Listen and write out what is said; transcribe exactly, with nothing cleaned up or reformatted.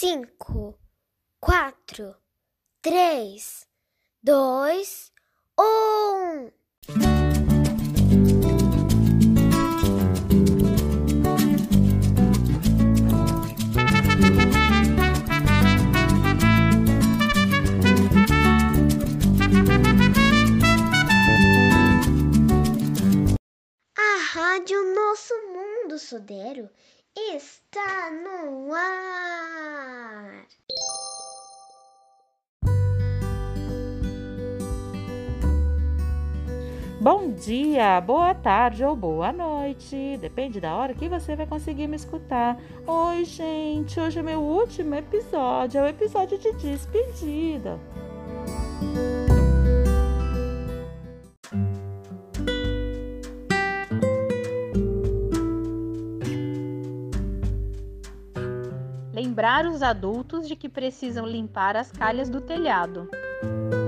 cinco, quatro, três, dois, um. A Rádio Nosso Mundo Sudero está no ar. Bom dia, boa tarde ou boa noite, depende da hora que você vai conseguir me escutar. Oi, gente, hoje é meu último episódio, é o episódio de despedida. Lembrar os adultos de que precisam limpar as calhas do telhado.